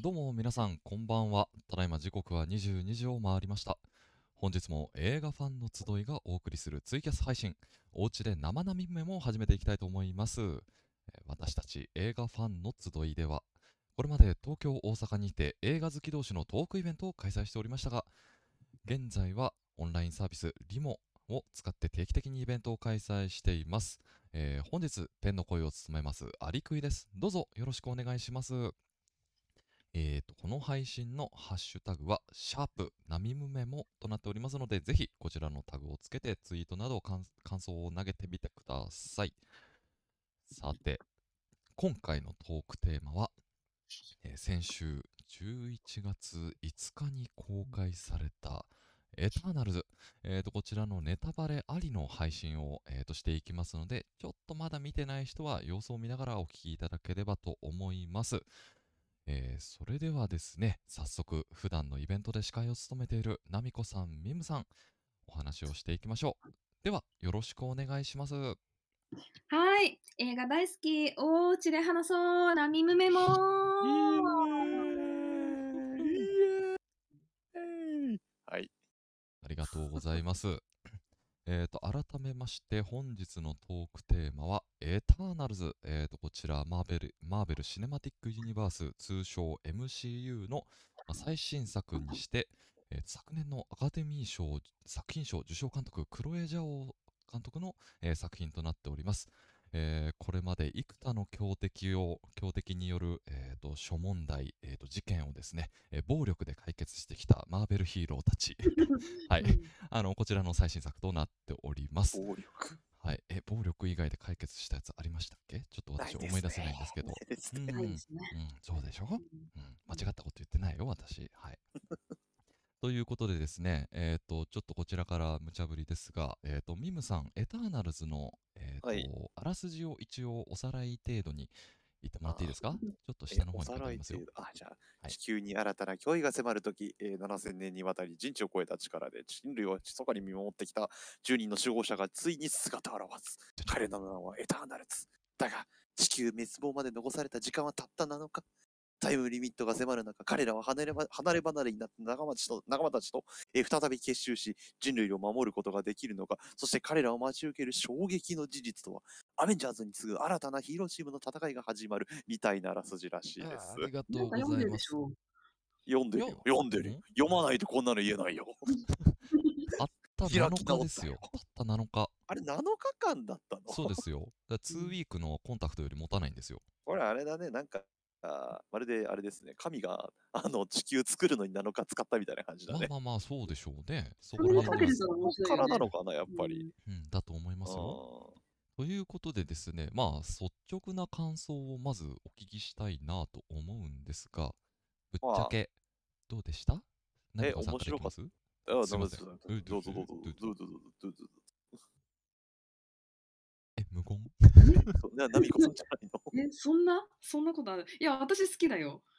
どうも皆さんこんばんは。ただいま時刻は22時を回りました。本日も映画ファンの集いがお送りするツイキャス配信、おうちで生並みメモを始めていきたいと思います。私たち映画ファンの集いでは、これまで東京、大阪にて映画好き同士のトークイベントを開催しておりましたが、現在はオンラインサービスリモを使って定期的にイベントを開催しています。本日天の声を務めますアリクイです。どうぞよろしくお願いします。この配信のハッシュタグはシャープナミムメモとなっておりますので、ぜひこちらのタグをつけてツイートなど感想を投げてみてください。さて、今回のトークテーマは、先週11月5日に公開されたエターナルズ、こちらのネタバレありの配信を、していきますので、ちょっとまだ見てない人は様子を見ながらお聞きいただければと思います。それではですね、早速普段のイベントで司会を務めているナミコさん、ミムさん、お話をしていきましょう。ではよろしくお願いします。 はい、映画大好き、おうちで話そう、ナミムメモはい。 ありがとうございます。改めまして本日のトークテーマはエターナルズ、こちらマーベルシネマティックユニバース、通称 MCU の、最新作にして、昨年のアカデミー賞作品賞受賞監督クロエ・ジャオ監督の、作品となっております。これまで幾多の強敵による、諸問題、事件をですね、暴力で解決してきたマーベルヒーローたちはい、こちらの最新作となっております。 暴力。 はい、暴力以外で解決したやつありましたっけ？ちょっと私思い出せないんですけど。 ないですね。 そうでしょ、間違ったこと言ってないよ、私。はい。ということでですね、ちょっとこちらから無茶ぶりですが、ミムさん、エターナルズの、 はい。 あらすじを一応おさらい程度に言ってもらっていいですか？ちょっとお下の方に書さいてありますよ。 らい程度。じゃあ、 はい。 地球に新たな脅威が迫るとき、7000年にわたり人知を超えた力で人類を密かに見守ってきた10人の守護者がついに姿を現す。彼らの名はエターナルズ。だが、地球滅亡まで残された時間はたった7日。タイムリミットが迫る中、彼らは離れ離れになった仲間たちと、再び結集し、人類を守ることができるのか、そして彼らを待ち受ける衝撃の事実とは、アベンジャーズに次ぐ新たなヒーローチームの戦いが始まるみたいなあらすじらしいです。 ありがとうごなんか読んざいます。 でるでしょ読んでるよ。読んでるよ。読まないとこんなの言えないよ。 たった開 7 き直ったよ。 日ですよ。たった7日。 あれ7日間だったの？ そうですよ。2ウィークのコンタクトより持たないんですよ。 これあれだね、なんか、まるであれですね、神が地球作るのに7日使ったみたいな感じだね。 そうでしょうね。そそれでこら辺は、 食べてたら面こっから白いよね。 なのかな、やっぱり。 だと思いますよ。ということでですね、率直な感想をまずお聞きしたいなと思うんですが、ぶっちゃまあ、 けどうでした？ナミコさん面白かっからいきます？ た。 すいません。 どうぞどうぞ、どうぞどうぞ。 無言ナミコさんじゃないの？ そんなことある？いや、私好きだよ。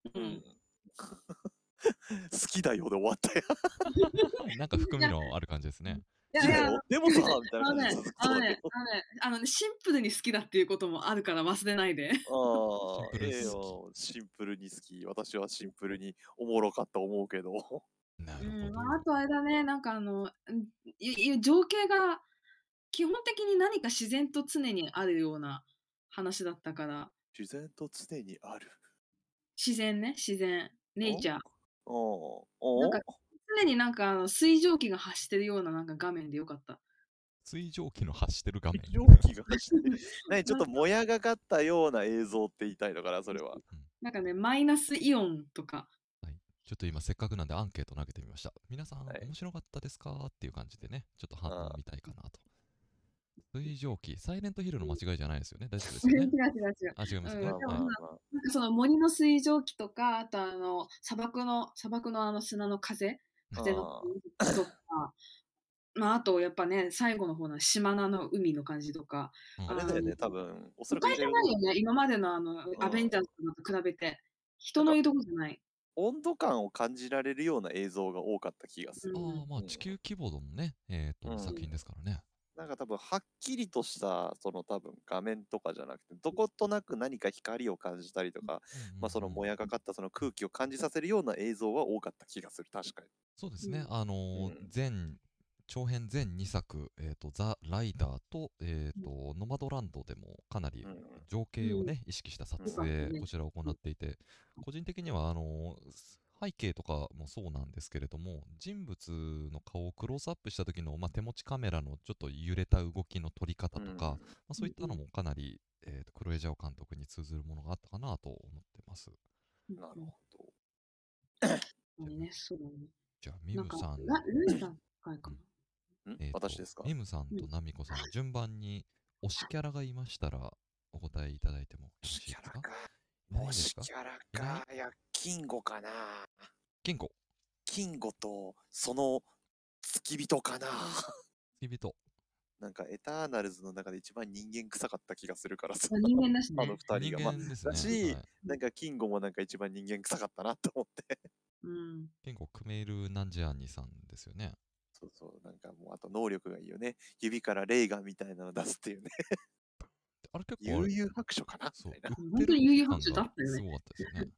好きだよで終わったよ。 なんか含みのある感じですね。 いやいや、 でもさ、みたいな感じで続くそうだけど。 シンプルに好きだっていうこともあるから忘れないで。 シンプル好き。 シンプルに好き。私はシンプルにおもろかった思うけど。 なるほど。 あとあれだね、なんか情景が基本的に何か自然と常にあるような話だったから。 自然と常にある。 自然、ネイチャー。 おなんか常になんか水蒸気が発してるようななんか画面でよかった。 水蒸気の発してる画面。 水蒸気が発してる。ちょっともやがかったような映像って言いたいのかな、それは。 なんかね、マイナスイオンとか。 はい。ちょっと今せっかくなんでアンケート投げてみました。皆さん、 はい面白かったですかっていう感じでね、ちょっと反応見たいかなと。水蒸気、サイレントヒルの間違いじゃないですよね。大丈夫ですよね。 違う。 違いますか？ でもはい。 なんかその森の水蒸気とか、あと砂漠の砂の風のとか、あとやっぱね、最後の方の島名の海の感じとか、 あれだよね、多分、おそ都会じゃらくないよね、今までのアベンジャーズと比べて。人のいるとこじゃない。 温度感を感じられるような映像が多かった気がする。 地球規模のね、作品ですからね。 なんか多分はっきりとしたその多分画面とかじゃなくて、どことなく何か光を感じたりとか、まあそのもやがかったその空気を感じさせるような映像は多かった気がする、確かそうですね。 に。 長編全2作、ザ・ライダーと、ノマドランドでもかなり情景をね、意識した撮影、こちらを行っていて、個人的には、背景とかもそうなんですけれども、人物の顔をクローズアップした時の、手持ちカメラのちょっと揺れた動きの撮り方とか、そういったのもかなり、クロエジャオ監督に通ずるものがあったかなと思ってます。 なるほど。 ね、そうだね。 じゃあ、ミムさん、 ルイさん回かな。 私ですか？ ミムさんとナミコさん、順番に推しキャラがいましたらお答えいただいてもよろしいですか？ 推しキャラか。いや、キンゴかな。 キンゴ。 キンゴとその付き人かな。 付き人。 なんかエターナルズの中で一番人間臭かった気がするからさ。 人間だしね。 あの二人が。 人間ですね。 だし、なんかキンゴもなんか一番人間臭かったなって思って。 キンゴ、クメール・ナンジャーニさんですよね。 そうそう、なんかもうあと能力がいいよね。指からレーガンみたいなの出すっていうね。 あれ結構悠々白書かなみたいな。 本当に悠々白書だったよね。 すごかったですよ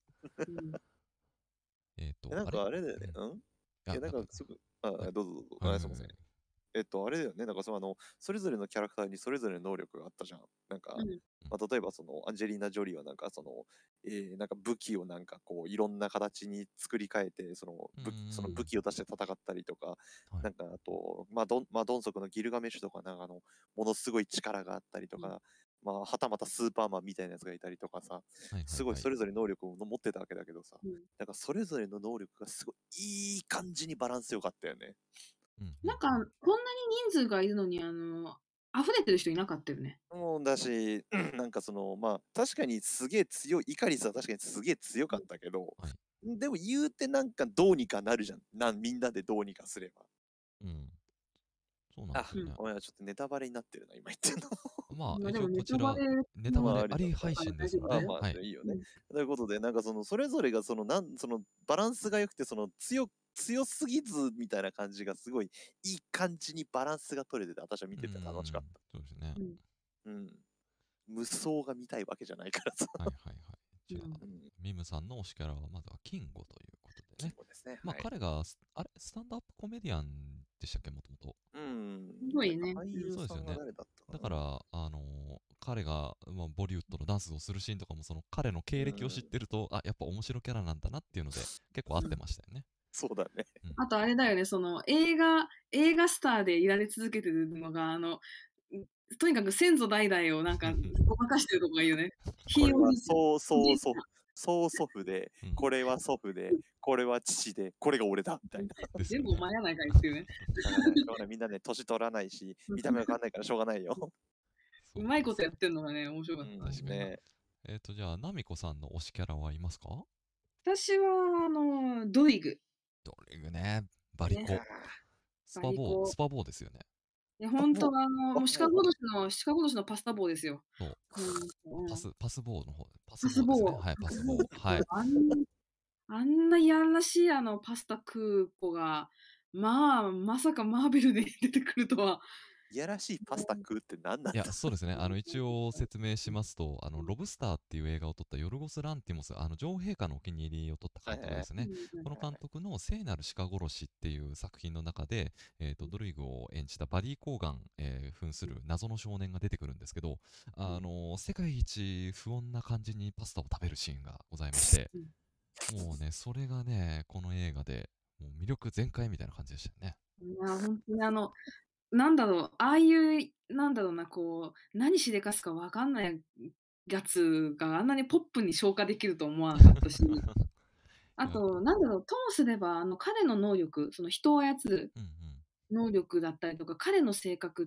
ね。 なんかあれだよね。いや、なんかすぐ、どうぞどうぞ。すいません。あれだよね。なんかそれぞれのキャラクターにそれぞれの能力があったじゃん。なんか、例えばアンジェリーナ・ジョリーはなんかなんか武器をなんかこういろんな形に作り変えてその武器を出して戦ったりとか、なんかあとドンソクのギルガメッシュとかなんかものすごい力があったりとか、はたまたスーパーマンみたいなやつがいたりとかさ、すごいそれぞれ能力を持ってたわけだけどさ、なんかそれぞれの能力がすごいいい感じにバランスよかったよね。 なんかこんなに人数がいるのに溢れてる人いなかったよね。 だし、なんか確かにすげえ強い、イカリスは確かにすげえ強かったけど、でも言うてなんかどうにかなるじゃん。みんなでどうにかすれば。 そうなんですよね。 お前はちょっとネタバレになってるな、今言ってんの。 一応こちら、ネタバレあり配信ですので。 いいよね。ということで、なんかそれぞれがバランスが良くて、強すぎずみたいな感じがすごいいい感じにバランスが取れてて、私は見てて楽しかった。 そうですね。 無双が見たいわけじゃないからさ。 じゃあ、ミムさんの推しキャラはまずはキンゴということでね。 キンゴですね。 彼が、スタンドアップコメディアンでしたっけ、もともと。 すごいね。 そうですよね。だから、彼が、ボリウッドのダンスをするシーンとかも、彼の経歴を知ってると、やっぱ面白キャラなんだなっていうので、結構合ってましたよね。 そうだね。 あとあれだよね、映画スターでいられ続けてるのが、とにかく先祖代々をなんかごまかしてるとこがいいよね。 これは曽祖父で、これは祖父で、これは父で、これが俺だみたいな。 全部お前やないかいっていうね。 みんなね、年取らないし、見た目わかんないからしょうがないよ。 うまいことやってるのがね、面白かった。 確かに。じゃあ、ナミコさんの推しキャラはいますか？ 私は、ドリグ。 ドリグね、バリコ。スパボーですよね。 いや、本当もうシカゴ年のパスタ棒ですよ。 パスボーの方。 パスボー。 はい、パスボー。はい。 あんないやらしいパスタ食う子が、まさかマーベルで出てくるとは。 いやらしいパスタ食うって何なんだ？ いや、そうですね。一応説明しますと、ロブスターっていう映画を撮ったヨルゴス・ランティモス、女王陛下のお気に入りを撮った監督ですね。この監督の聖なる鹿殺しっていう作品の中で、ドルイグを演じたバディ・コーガン、扮する謎の少年が出てくるんですけど、世界一不穏な感じにパスタを食べるシーンがございまして、もうね、それがね、この映画でもう魅力全開みたいな感じでしたよね。 いや、本当になんだろう、ああいう、なんだろうな、何しでかすかわかんないやつがあんなにポップに消化できると思わなかったし、あと、なんだろう、ともすれば、彼の能力、人を操る能力だったりとか、彼の性格って、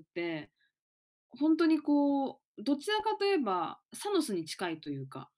本当にどちらかといえば、サノスに近いというか、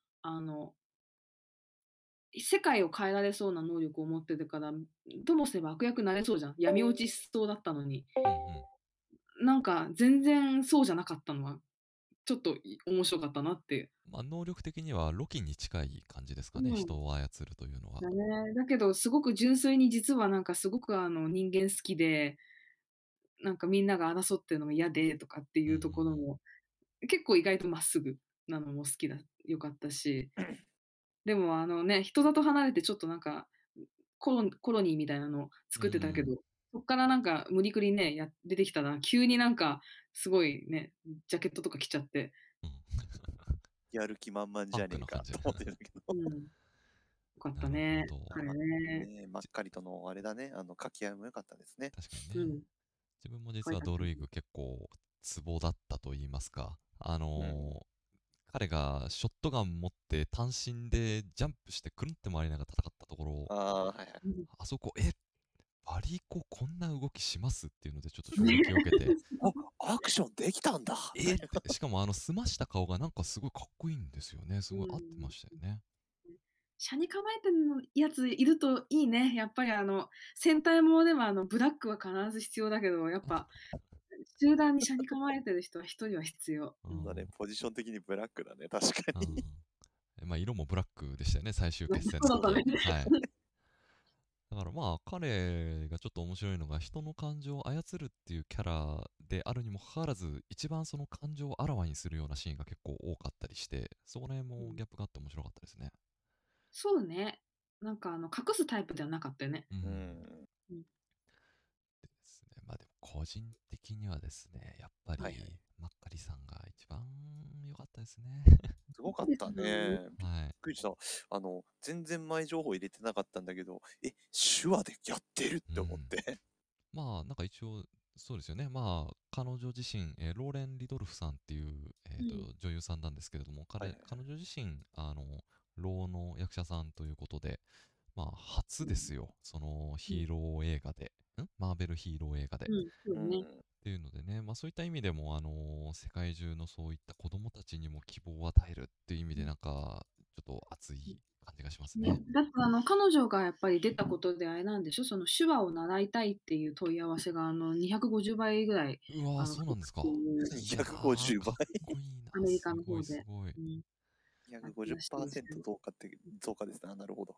世界を変えられそうな能力を持ってるから、ともすれば悪役になれそうじゃん。闇落ちしそうだったのに。なんか全然そうじゃなかったのは、ちょっと面白かったなって。 能力的にはロキに近い感じですかね、人を操るというのは。 だね。だけど、すごく純粋に実はなんかすごく人間好きで、 なんかみんなが争ってるのが嫌でとかっていうところも、結構意外とまっすぐなのもよかったし、でも人里離れてちょっとなんか、コロニーみたいなのを作ってたけど、そっからなんか無理くりね、出てきたら、急になんかすごいね、ジャケットとか着ちゃって、 やる気満々じゃねえかと思ってるんだけど。 うん。よかったね、彼ね。 ねマッカリとのあれだね、掛け合いも良かったですね。 確かうにね。 ん。 自分も実はドルイグ結構ツボだったと言いますか、彼がショットガン持って単身でジャンプしてくるんって回りながら戦ったところ、 はいはい。 うん。 そこ、バリコこんな動きしますっていうのでちょっと衝撃を受けて、 アクションできたんだってしかも澄ました顔がなんかすごいかっこいいんですよね。すごい合ってましたよね。 車に構えてるやついるといいね。やっぱり戦隊ものではブラックは必ず必要だけど、やっぱ集団に車に構えてる人は一人は必要。 うんだね、ポジション的にブラックだね、確かに。 まあ色もブラックでしたよね、最終決戦の時。 そうだね。 はい。だからまあ彼がちょっと面白いのが、人の感情を操るっていうキャラであるにもかかわらず、一番その感情をあらわにするようなシーンが結構多かったりして、そこら辺もギャップがあって面白かったですね。 そうね。なんか隠すタイプではなかったよね。 ですね。まあでも個人的にはですね、やっぱり、 はいはいマッカリさんが一番良かったですね。 すごかったね。びっはい。 くりした。全然前情報入れてなかったんだけど、手話でやってるって思って。 まあなんか一応そうですよね。まあ彼女自身、ローレン・リドルフさんっていう、女優さんなんですけれども、彼女自身ローの役者さんということで、まあ初ですよ、そのヒーロー映画で、マーベルヒーロー映画で。っていうのでね、まあそういった意味でも、世界中のそういった子供たちにも希望を与えるっていう意味で、なんかちょっと熱い感じがしますね。 だって彼女がやっぱり出たことであれなんでしょ、その手話を習いたいっていう問い合わせが250倍ぐらい。 うわー、そうなんですか。 250倍。 かっこいいな。 アメリカの方で。 すごい。 250%増加ですね。なるほど。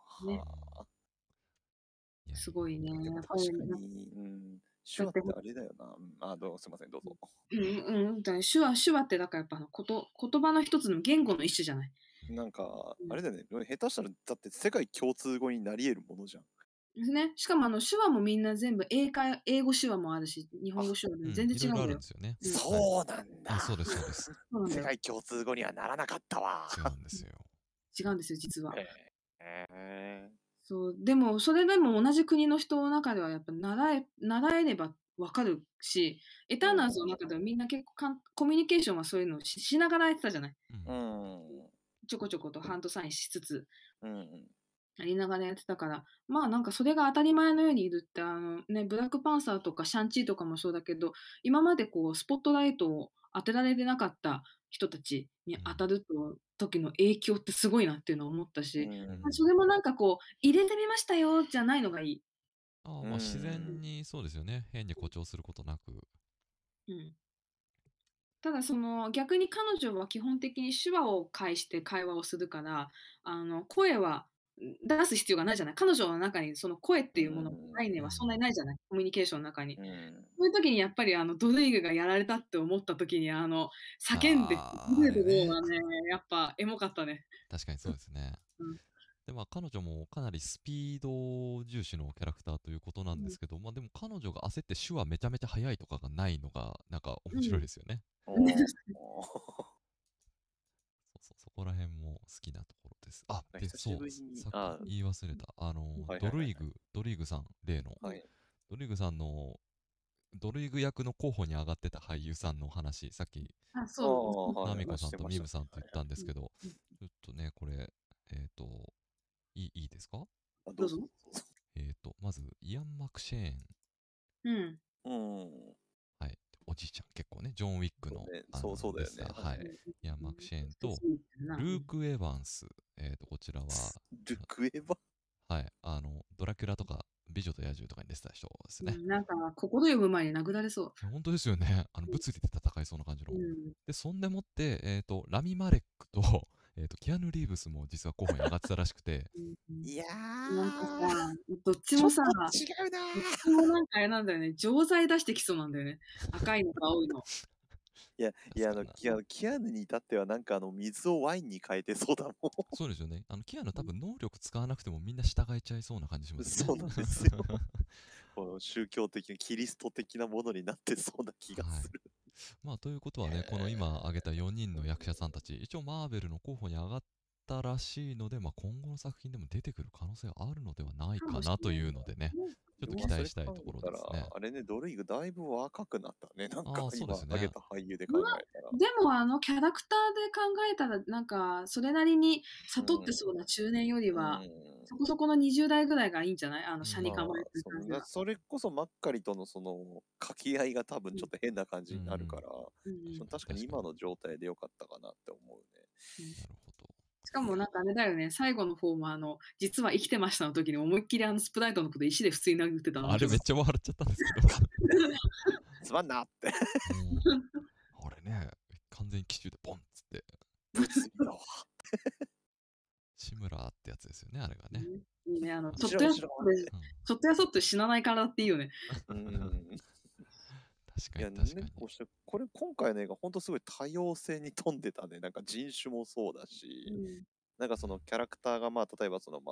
すごいね。 確かに、手話ってあれだよな。すいません、どうぞ。 手話ってだからやっぱ言葉の一つの言語の一種じゃない。 なんか、あれだよね。下手したら、だって世界共通語になり得るものじゃん。 ですね。しかも手話もみんな全部英語手話もあるし、日本語手話で全然違うんだよ。 そうなんだ。 そうです、そうです。 世界共通語にはならなかったわ。 違うんですよ。 違うんですよ、実は。 へえ。 そう、でも、それでも同じ国の人の中ではやっぱ習えればわかるし、エターナルズの中ではみんな結構コミュニケーションはそういうのをしながらやってたじゃない。ちょこちょことハンドサインしつつ、やりながらやってたから、まあなんかそれが当たり前のようにいるって、ブラックパンサーとかシャンチーとかもそうだけど、今までこう、スポットライトを当てられてなかった人たちに当たる時の影響ってすごいなっていうのを思ったし、それもなんかこう、入れてみましたよじゃないのがいい。 まあ自然にそうですよね。変に誇張することなく。 ただ逆に彼女は基本的に手話を介して会話をするから、声は出す必要がないじゃない。彼女の中にその声っていうものの概念はそんなにないじゃない。コミュニケーションの中に。そういう時にやっぱりドルイグがやられたって思った時に叫んでくるところはね、やっぱエモかったね。 確かにそうですね。で彼女もかなりスピード重視のキャラクターということなんですけど、でも彼女が焦って手話めちゃめちゃ速いとかがないのがなんか面白いですよね。そこら辺も好きなところです。で、そう、さっき言い忘れた。ドルイグさん、例の、ドルイグさんの、ドルイグ役の候補に上がってた俳優さんの話、さっき、ナミコさんとミムさんと言ったんですけど、ちょっとね、これ、いいですか？ どうぞ。 まず、イアン・マクシェーン。はい。おじいちゃん、結構ね、ジョン・ウィックの、 そうだよね。 はい。イアン・マクシェーンと、ルーク・エヴァンス。こちらは、 ルーク・エヴァンはい。ドラキュラとか、美女と野獣とかに出てた人ですね。 なんか、心読む前に殴られそう。 本当ですよね。物理で戦いそうな感じの。で、そんでもって、ラミ・マレックと、 キアヌ・リーブスも実は候補に上がってたらしくて、 いやなんかー、 さ、どっちちょっともさ、 違うなどっちもなんかあれなんだよね、錠剤出してきそうなんだよね。赤いのと青いの。 いや、 確かな。 キアヌに至ってはなんか水をワインに変えてそうだもん。 そうですよね。キアヌ多分能力使わなくてもみんな従えちゃいそうな感じしますよね。 そうなんですよ。この宗教的な、キリスト的なものになってそうな気がする。 まあ、ということはね、この今挙げた4人の役者さんたち、一応マーベルの候補に上がったらしいので、まあ、今後の作品でも出てくる可能性があるのではないかなというのでね、ちょっと期待したいところですね。 あれね、ドルイグだいぶ若くなったね。なんかああ、そうですね今挙げた俳優で考えたら。 でもキャラクターで考えたら、なんか、それなりに悟ってそうな中年よりは、そこそこの20代ぐらいがいいんじゃない車に構えてる感じが。 それこそマッカリとのその掛け合いが多分ちょっと変な感じになるから、確かに今の状態でよかったかなって思うね。 なるほど。 しかもなんかあれだよね、最後の方も実は生きてましたの時に思いっきりスプライトのこと石で普通に殴ってたの。 あれめっちゃ笑っちゃったんですけど。 つまんなって。 あれね、完全に奇襲でポンっつって。 物理だわ。 志村ってやつですよね、あれがね。 いいね、ちょっとやそっと死なないからっていいよね。 確かに確かに。 これ今回の映画ほんとすごい多様性に富んでたね。なんか人種もそうだし、なんかそのキャラクターが例えばその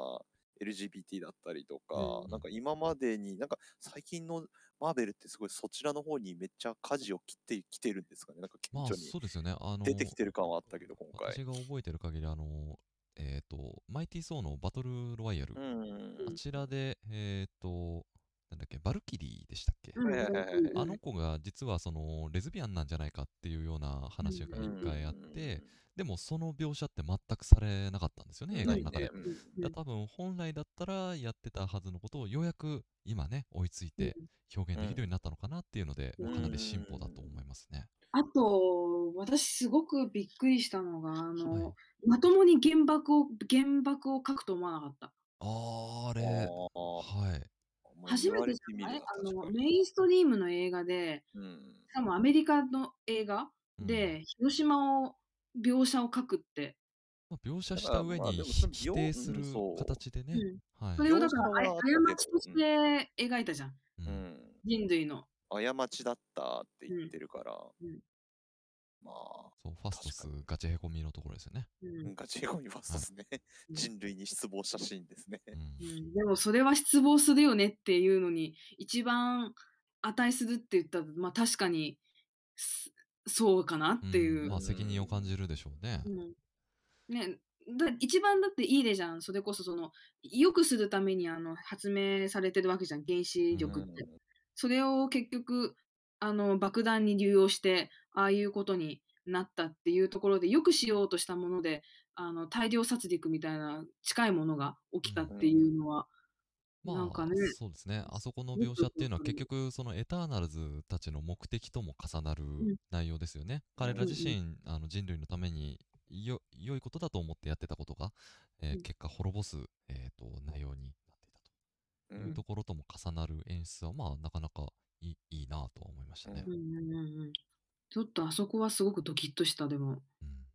LGBT だったりとか、なんか今までになんか最近のマーベルってすごいそちらの方にめっちゃ舵を切ってきてるんですかね。なんか顕著にそうですよね。 出てきてる感はあったけど今回。 私が覚えてる限りマイティー・ソーのバトル・ロワイヤル、あちらでなんだっけ、バルキリーでしたっけ、あの子が実はそのレズビアンなんじゃないかっていうような話が一回あって、でもその描写って全くされなかったんですよね、映画の中で。多分本来だったらやってたはずのことをようやく今ね追いついて表現できるようになったのかなっていうので、かなり進歩だと思いますね。 あと、私すごくびっくりしたのが、まともに原爆を描くと思わなかった。 あれ、はい。 初めてじゃない？メインストリームの映画で、しかもアメリカの映画で、広島を描写を描くって。 描写した上に否定する形でね。 それをだから過ちとして描いたじゃん。人類の。 過ちだったって言ってるから。 そう、ファストスガチへこみのところですよね。 ガチへこみファストスね。人類に失望したシーンですね。 でもそれは失望するよねっていうのに、一番値するって言ったら、確かに、そうかなっていう。 責任を感じるでしょうね。 ね、一番だっていい例じゃん。それこそ良くするために発明されてるわけじゃん、原子力って。それを結局、爆弾に流用して、ああいうことになったっていうところで、良くしようとしたもので、大量殺戮みたいな近いものが起きたっていうのは、なんかね。 そうですね。あそこの描写っていうのは結局そのエターナルズたちの目的とも重なる内容ですよね。彼ら自身人類のために良いことだと思ってやってたことが、結果滅ぼす、内容になっていたというところとも重なる演出はなかなかいいなとは思いましたね。 ちょっとあそこはすごくドキッとした、でも。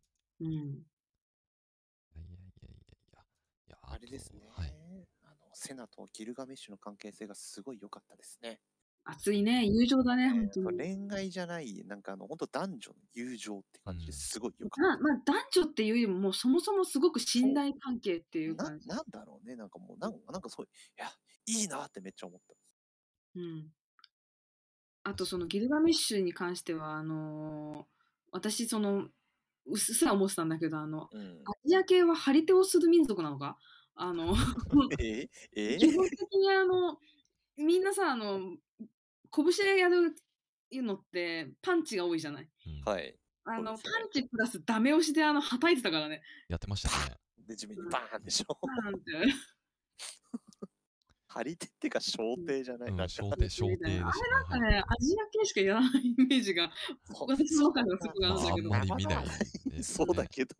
あれですね。セナとギルガメッシュの関係性がすごい良かったですね。 熱いね、友情だね、本当に。 恋愛じゃない、なんか本当男女の友情って感じですごい良かった。 男女っていうよりも、もうそもそもすごく信頼関係っていう感じ。 なんだろうね、なんかもう、なんかそう、いや、いいなってめっちゃ思った。 あとそのギルガメッシュに関しては、私うっすら思ってたんだけど、アジア系は張り手をする民族なのか？基本的にみんなさ、拳でやるのってパンチが多いじゃない？ はい。 パンチプラスダメ押しではたいてたからね。 やってましたね。 で、地面にバーンでしょ。 バーンって。 張り手ってか小手じゃない？ 小手でしたね。 あれなんかね、アジア系しかやらないイメージが、私の中ではそこがあるんだけど。 あんまり見ないそうだけど。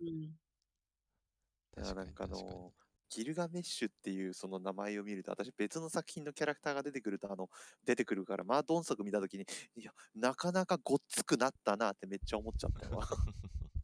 確かにギルガメッシュっていうその名前を見ると、私別の作品のキャラクターが出てくるから、ドンソク見たときに、いや、なかなかごっつくなったなってめっちゃ思っちゃったわ。なん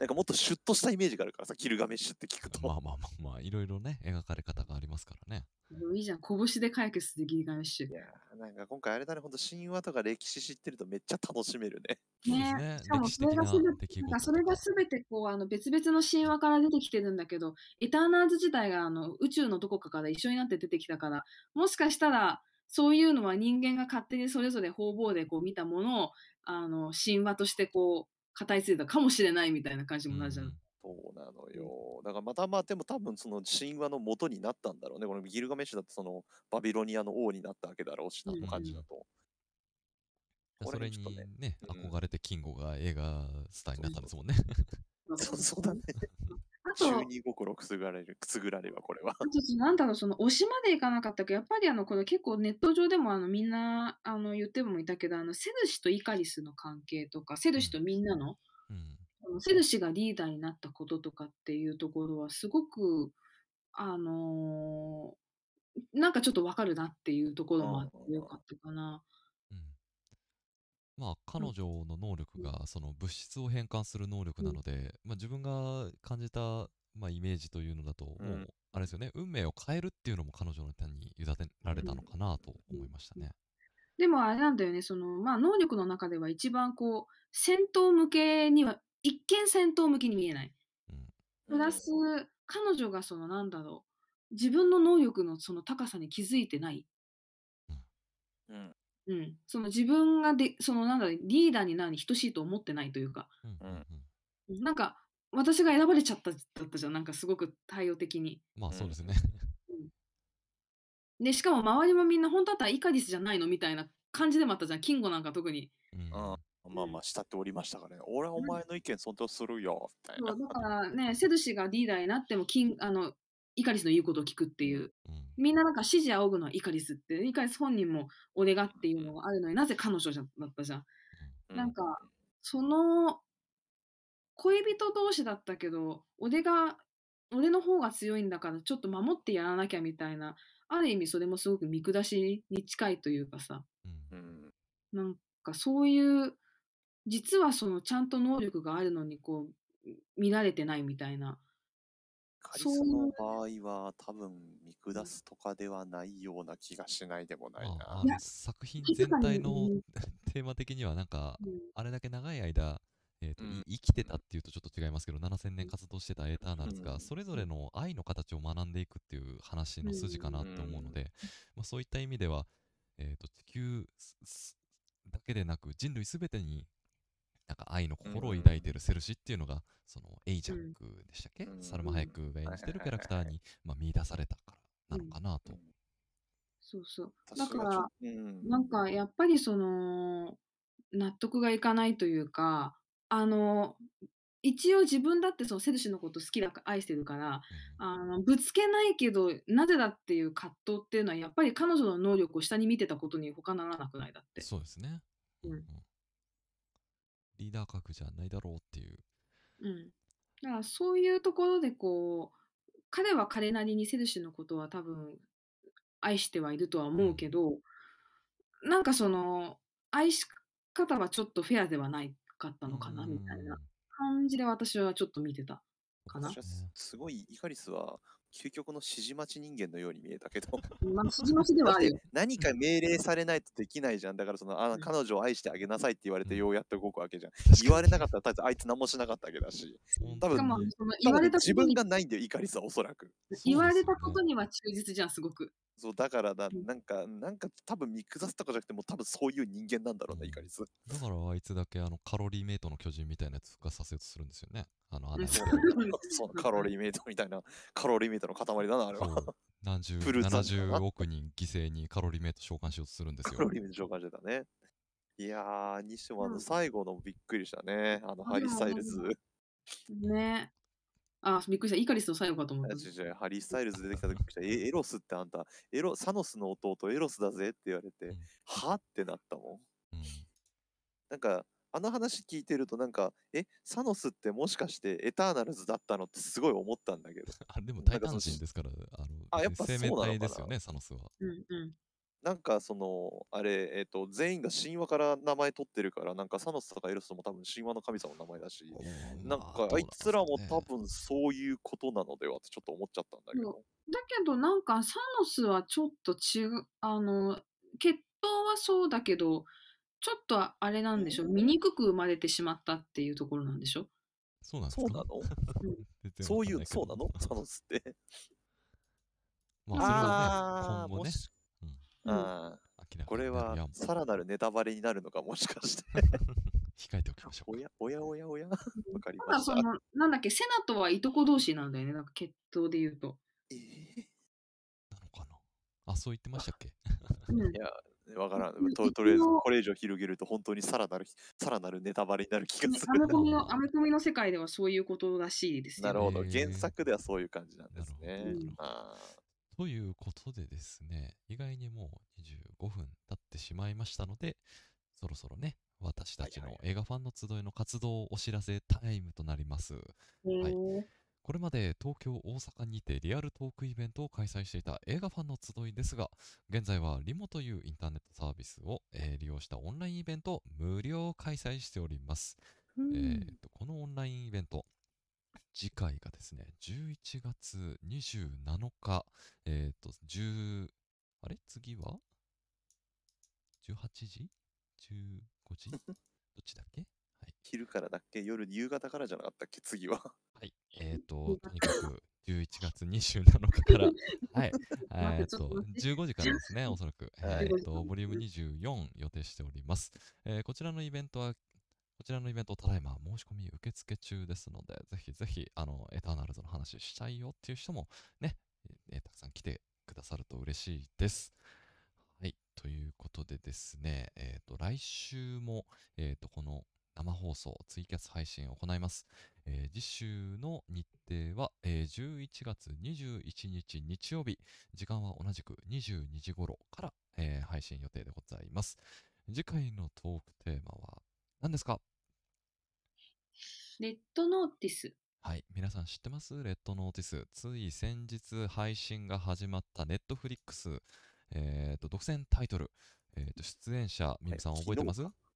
かもっとシュッとしたイメージがあるからさ、ギルガメッシュって聞くと。 まあまあまあまあ、いろいろね、描かれ方がありますからね。 いいじゃん。拳で解決できるガメッシュ。 いやー、なんか今回あれだね、ほんと神話とか歴史知ってるとめっちゃ楽しめるね。 そうですね、 ね。 しかも歴史的な出来なんか事とか。 それが全てこう別々の神話から出てきてるんだけど、エターナーズ自体が宇宙のどこかから一緒になって出てきたから、もしかしたらそういうのは人間が勝手にそれぞれ方々でこう見たものを神話としてこう語り継いだかもしれないみたいな感じうもなるじゃん。 ん。 そうなのよ。だからまあでも多分その神話の元になったんだろうね。このギルガメッシュだとそのバビロニアの王になったわけだろうし、 うんあの感じだと。こそれ辺ちょっとねにね、 うん憧れてキンゴが映画スターになったんですもんね。 そうだね。 あと、 中二心くすぐられば、これは。 あとなんだろう、推しまでいかなかったけど、やっぱりこれ結構ネット上でもみんな言ってもいたけど、セルシとイカリスの関係とか、セルシとみんなの、 うん。 セルシがリーダーになったこととかっていうところはすごく、あのなんかちょっとわかるなっていうところもあってよかったかな。 うん。まあ、 うん彼女の能力がその物質を変換する能力なので、まあ、自分が感じた、まあ、イメージというのだと、もうんう、あれですよね、運命を変えるっていうのも彼女の手に委ねられたのかなと思いましたね。 でもあれなんだよね、まあ、能力の中では一番こう、戦闘向けには、一見戦闘向きに見えない。 うん。 プラス、彼女がなんだろう、自分の能力のその高さに気づいてない。 うんうん。自分がなんだろう、リーダーになるに等しいと思ってないというか、 うん。うん。うん。 なんか、私が選ばれちゃっただったじゃん、なんかすごく対応的に。 まあ、そうですね。 で、しかも周りもみんな、本当だったらイカリスじゃないのみたいな感じでもあったじゃん、キンゴなんか特に。 うん。 まあまあ、慕っておりましたからね。俺はお前の意見尊重するよ、みたいな。 そう、だからね、セドシがリーダーになっても、イカリスの言うことを聞くっていう。 うん。 みんななんか指示仰ぐのはイカリスって、イカリス本人も俺がっていうのがあるのになぜ彼女だったじゃん。なんか、その恋人同士だったけど、俺の方が強いんだからちょっと守ってやらなきゃみたいな、ある意味それもすごく見下しに近いというかさ、 うん。 なんかそういう、実はちゃんと能力があるのにこう、見られてないみたいな、 カリそういう、 スの場合は多分見下すとかではないような気がしないでもないまな。 あ、 いや、 作品静か全体のに、 テーマ的にはなんか、 うんあれだけ長い間、 うん生きてたっていうとちょっと違いますけど、7000年活動してたエターナルズが、 うんそれぞれの愛の形を学んでいくっていう話の筋かなって思うので、まあ、そういった意味では、地球だけでなく人類すべてになんか愛の心を抱いているセルシっていうのが、そのエイジャックでしたっけ、 うんサルマ・ハイクが演じてるキャラクターに、まあ、見出されたからなのかなと。 そうそう。だ私がから、 うんなんかやっぱり納得がいかないというか、一応自分だってセルシーのこと好きだか愛してるから、ぶつけないけど、なぜだっていう葛藤っていうのはやっぱり彼女の能力を下に見てたことに他ならなくないだって。 そうですね。 うんリーダー格じゃないだろうっていう。 だからそういうところでこう、彼は彼なりにセルシーのことは多分愛してはいるとは思うけど、なんか愛し方はちょっとフェアではないかったのかなみたいな感じで私はちょっと見てたかな。 私はすごいイカリスは究極の指示待ち人間のように見えたけどまあ、指示待ちではあるよ。 何か命令されないとできないじゃん。だからうん彼女を愛してあげなさいって言われてうんようやって動くわけじゃん。 確かに言われなかったらとりあえずあいつ何もしなかったわけだし。多分しかも、 多分ね言われたことに自分がないんだよ、イカリスはおそらく。 言われたことには忠実じゃん、すごく。 そう、だからうんなんか多分見下すとかじゃなくてもう多分そういう人間なんだろうな、イカリス。 だからあいつだけカロリーメイトの巨人みたいなやつ復活させようとするんですよね。穴そうそうカロリーメイトみたいな、カロリーメイトの塊だな、あれは。 そう何十、 フルーツ味だな 70億人犠牲にカロリーメイト召喚しようとするんですよ。 カロリーメイト召喚してたね。いやー、にしても最後のびっくりしたね。ハリー・スタイルズ。 ね。あ、びっくりした。イカリスの最後かと思った。 ハリー・スタイルズ出てきた時エロスってあんた、サノスの弟エロスだぜって言われて、はってなったもん。なんか、あの話聞いてるとサノスってもしかしてエターナルズだったのってすごい思ったんだけど。 でもタイタン人ですから、 やっぱそう生命なのかな体ですよね、サノスは。 なんかあれ、全員が神話から名前取ってるから、なんかサノスとかエロスも多分神話の神様の名前だし、なんまあ、 かあいどうなんですつらもかね。 多分そういうことなのではってちょっと思っちゃったんだけそう。 ど。 だけどなんかサノスはちょっと血統はそうだけど、ちょっとあれなんでしょ、醜く生まれてしまったっていうところなんでしょ？ そうなんですか？ そうなの？ うん。 全然わそういう、 かんないけど。 そうなの？サノスって。 まあ、 なんかそれはね、 ああ、 今後ね、 もし、 うん、 うん。 ああ、 明らかこれはになるやも。 さらなるネタバレになるのか、もしかして。 控えておきましょうか。 おやおやおやおや、わかりたました。 だなんだっけ、セナとはいとこ同士なんだよね、なんか血統で言うと。 なのかな。あ、そう言ってましたっけ？ うん。 いや、わからん。 一とりあえず、 応これ以上広げると本当にさらなるネタバレになる気がする。 アメコミの世界ではそういうことらしいですよ。 なるほど。 へー原作ではそういう感じなんですなるほど、 ね。 なるほど。 あということでですね、意外にもう25分経ってしまいましたので、そろそろね、私たちの映画ファンの集いの活動お知らせタイムとなります。はい。 へえ。 これまで東京、大阪にてリアルトークイベントを開催していた映画ファンの集いですが、現在はリモというインターネットサービスを、利用したオンラインイベントを無料開催しております。このオンラインイベント、次回がですね、11月27日、10、あれ次は ?18 時 ?15 時どっちだっけ？はい。 昼からだっけ、夕方からじゃなかったっけ、次は。 はい。とにかく11月27日から、はい。 待って、ちょっと待って。 15時からですね、おそらく。 はいボリューム24予定しております。こちらのイベントは、ただいま申し込み受付中ですので、ぜひぜひ、エターナルズの話したいよっていう人もね、たくさん来てくださると嬉しいです。はい。ということでですね、来週も、この生放送、ツイキャス配信を行います。次週の日程は、11月21日日曜日、時間は同じく22時頃から、配信予定でございます。次回のトークテーマは何ですか？ レッドノーティス。 はい、皆さん知ってます？レッドノーティス。つい先日配信が始まったネットフリックス、独占タイトル、出演者、ミムさん覚えてます？ 昨日か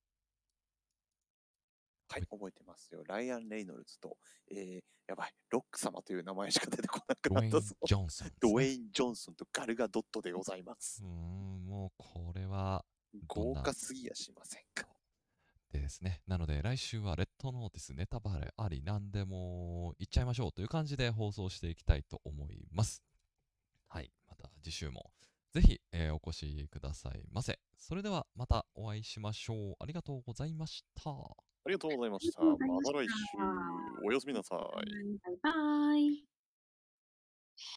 はい、覚えてますよ。ライアン・レイノルズと、やばい、ロック様という名前しか出てこなくドウェイン・なったぞ。 ジョンソンですドウね。 ェイン・ジョンソンとガルガ・ドットでございます。 もうこれはどん豪な華すぎやしませんか。 でですね。なので来週はレッドノーティスネタバレありなんでも言っちゃいましょうという感じで放送していきたいと思います。はい、また次週もぜひ、お越しくださいませ。それではまたお会いしましょう。ありがとうございました。 ありがとうございました。 ありがとうございましまた来週、 た。 おやすみなさい。 バイバイ。